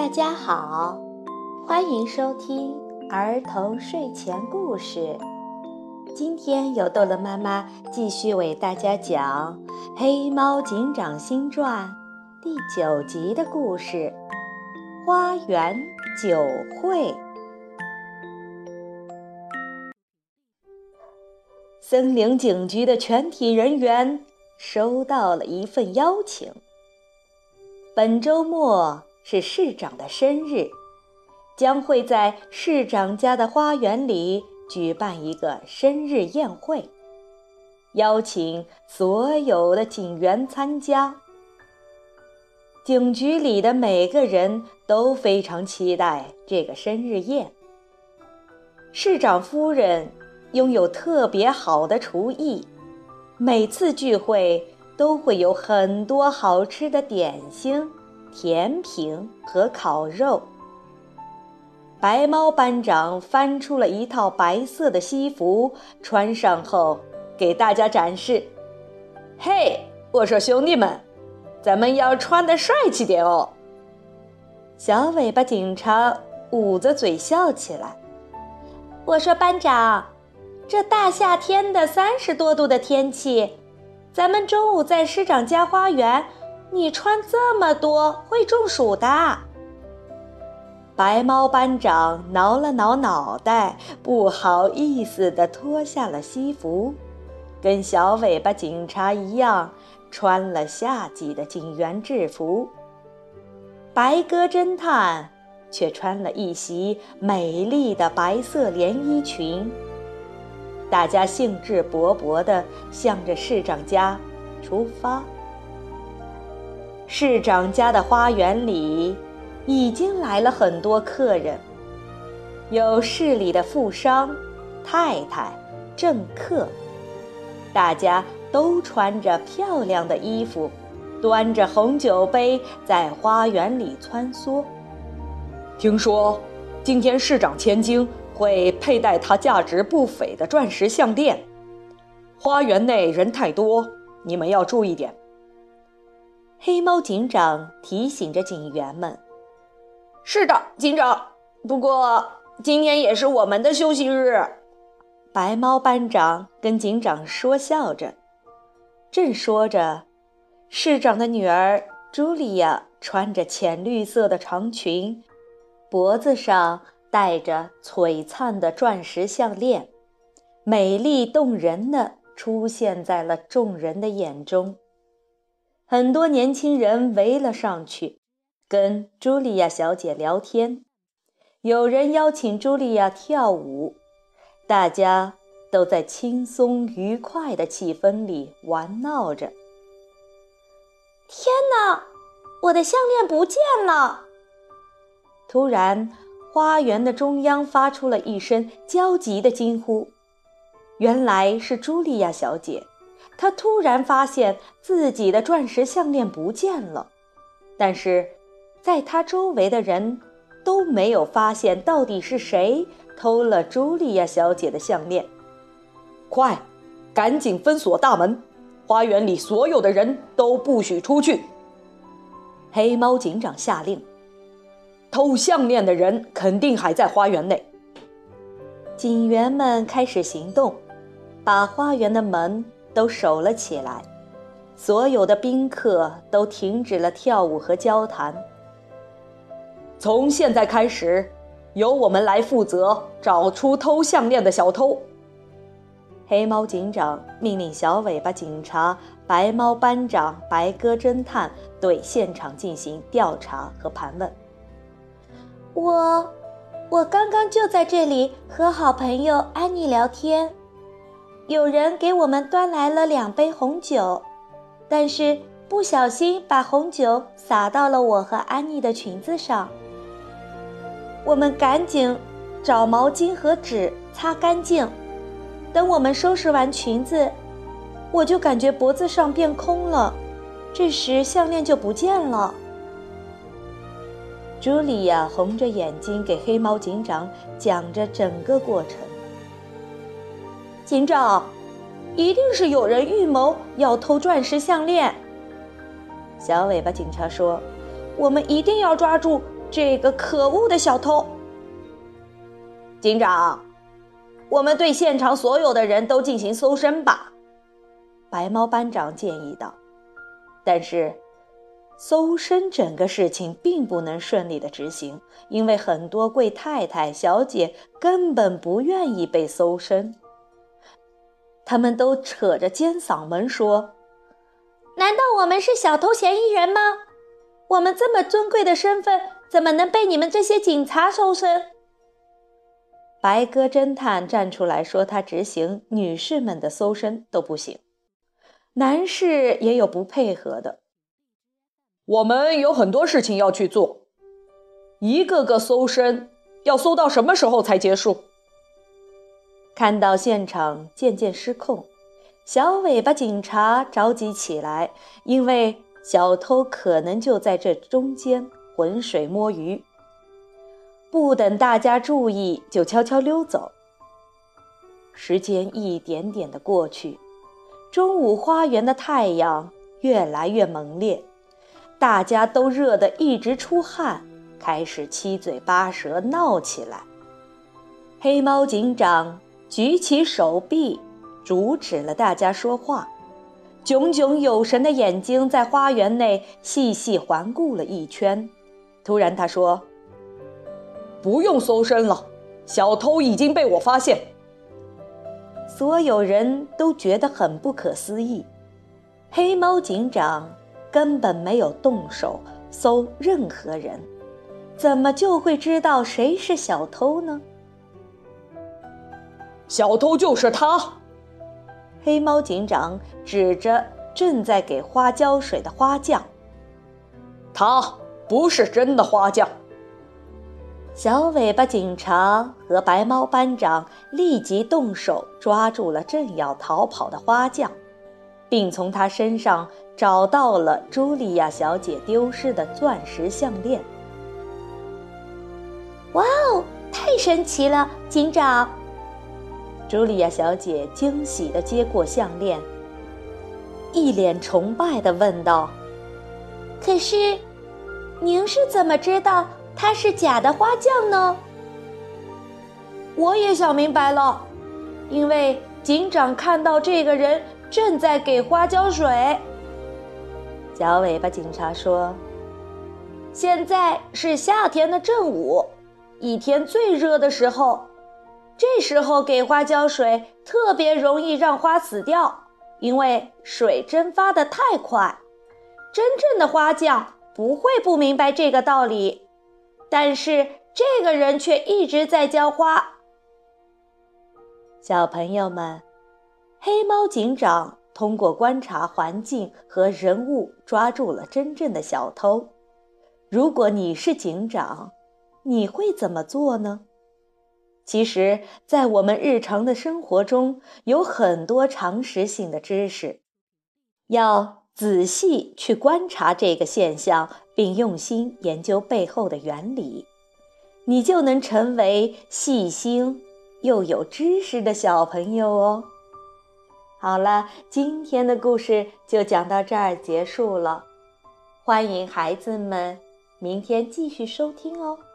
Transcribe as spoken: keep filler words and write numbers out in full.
大家好，欢迎收听儿童睡前故事。今天有豆乐妈妈继续为大家讲《黑猫警长新传》第九集的故事《花园酒会》。森林警局的全体人员收到了一份邀请，本周末是市长的生日，将会在市长家的花园里举办一个生日宴会，邀请所有的警员参加。警局里的每个人都非常期待这个生日宴。市长夫人拥有特别好的厨艺，每次聚会都会有很多好吃的点心、甜品和烤肉。白猫班长翻出了一套白色的西服，穿上后给大家展示。嘿，我说兄弟们，咱们要穿得帅气点哦。小尾巴警察捂着嘴笑起来。我说班长，这大夏天的三十多度的天气，咱们中午在市长家花园，你穿这么多会中暑的。白猫班长挠了挠脑袋，不好意思地脱下了西服，跟小尾巴警察一样穿了夏季的警员制服。白鸽侦探却穿了一袭美丽的白色连衣裙。大家兴致勃勃地向着市长家出发。市长家的花园里已经来了很多客人，有市里的富商、太太、政客，大家都穿着漂亮的衣服，端着红酒杯在花园里穿梭。 听说今天市长千金会佩戴他价值不菲的钻石项链，花园内人太多，你们要注意点。 黑猫警长提醒着警员们。 是的，警长，不过今天也是我们的休息日。 白猫班长跟警长说笑着。正说着，市长的女儿茱莉亚穿着浅绿色的长裙，脖子上戴着璀璨的钻石项链，美丽动人地出现在了众人的眼中。很多年轻人围了上去，跟茱莉亚小姐聊天，有人邀请茱莉亚跳舞，大家都在轻松愉快的气氛里玩闹着。天哪，我的项链不见了！突然，花园的中央发出了一声焦急的惊呼。原来是茱莉亚小姐，她突然发现自己的钻石项链不见了，但是在她周围的人都没有发现到底是谁偷了茱莉亚小姐的项链。 快，赶紧封锁大门，花园里所有的人都不许出去。 黑猫警长下令。 偷项链的人肯定还在花园内。 警员们开始行动，把花园的门都守了起来，所有的宾客都停止了跳舞和交谈。 从现在开始，由我们来负责找出偷项链的小偷。 黑猫警长命令小尾巴警察、白猫班长、白鸽侦探对现场进行调查和盘问。我我刚刚就在这里和好朋友安妮聊天，有人给我们端来了两杯红酒，但是不小心把红酒洒到了我和安妮的裙子上。我们赶紧找毛巾和纸擦干净，等我们收拾完裙子，我就感觉脖子上变空了，这时项链就不见了。茱莉亚红着眼睛给黑猫警长讲着整个过程。警长，一定是有人预谋要偷钻石项链。小尾巴警察说，我们一定要抓住这个可恶的小偷！警长，我们对现场所有的人都进行搜身吧，白猫班长建议道。但是搜身整个事情并不能顺利的执行，因为很多贵太太小姐根本不愿意被搜身，他们都扯着尖嗓门说，难道我们是小偷嫌疑人吗？我们这么尊贵的身份怎么能被你们这些警察搜身？白鸽侦探站出来说，他执行女士们的搜身都不行，男士也有不配合的。 我们有很多事情要去做，一个个搜身，要搜到什么时候才结束？ 看到现场渐渐失控，小尾巴警察着急起来，因为小偷可能就在这中间浑水摸鱼。不等大家注意，就悄悄溜走。时间一点点的过去，中午花园的太阳越来越猛烈，大家都热得一直出汗，开始七嘴八舌闹起来。黑猫警长举起手臂，阻止了大家说话，炯炯有神的眼睛在花园内细细环顾了一圈。突然他说， 不用搜身了，小偷已经被我发现。 所有人都觉得很不可思议，黑猫警长根本没有动手搜任何人，怎么就会知道谁是小偷呢？ 小偷就是他！ 黑猫警长指着正在给花浇水的花匠， 他不是真的花匠。 小尾巴警察和白猫班长立即动手抓住了正要逃跑的花匠，并从他身上找到了茱莉亚小姐丢失的钻石项链。哇哦，太神奇了，警长！茱莉亚小姐惊喜地接过项链，一脸崇拜地问道，可是您是怎么知道他是假的花匠呢？我也想明白了，因为警长看到这个人正在给花浇水。小尾巴警察说，现在是夏天的正午，一天最热的时候，这时候给花浇水特别容易让花死掉，因为水蒸发得太快。真正的花匠不会不明白这个道理，但是这个人却一直在浇花。小朋友们，黑猫警长通过观察环境和人物抓住了真正的小偷。如果你是警长，你会怎么做呢？其实，在我们日常的生活中，有很多常识性的知识，要仔细去观察这个现象，并用心研究背后的原理，你就能成为细心又有知识的小朋友哦。好了，今天的故事就讲到这儿结束了，欢迎孩子们明天继续收听哦。